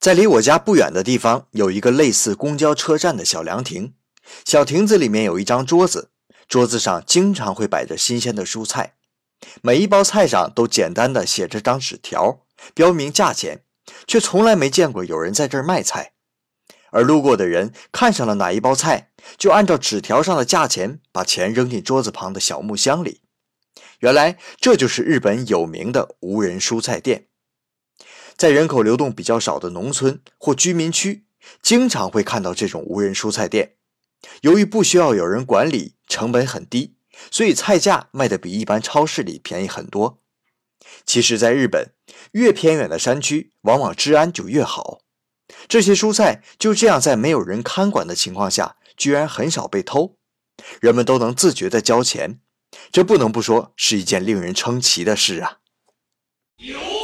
在离我家不远的地方有一个类似公交车站的小凉亭，小亭子里面有一张桌子，桌子上经常会摆着新鲜的蔬菜，每一包菜上都简单的写着张纸条，标明价钱，却从来没见过有人在这儿卖菜。而路过的人看上了哪一包菜，就按照纸条上的价钱把钱扔进桌子旁的小木箱里。原来这就是日本有名的无人蔬菜店。在人口流动比较少的农村或居民区，经常会看到这种无人蔬菜店。由于不需要有人管理，成本很低，所以菜价卖得比一般超市里便宜很多。其实在日本，越偏远的山区往往治安就越好，这些蔬菜就这样在没有人看管的情况下，居然很少被偷，人们都能自觉地交钱，这不能不说是一件令人称奇的事啊。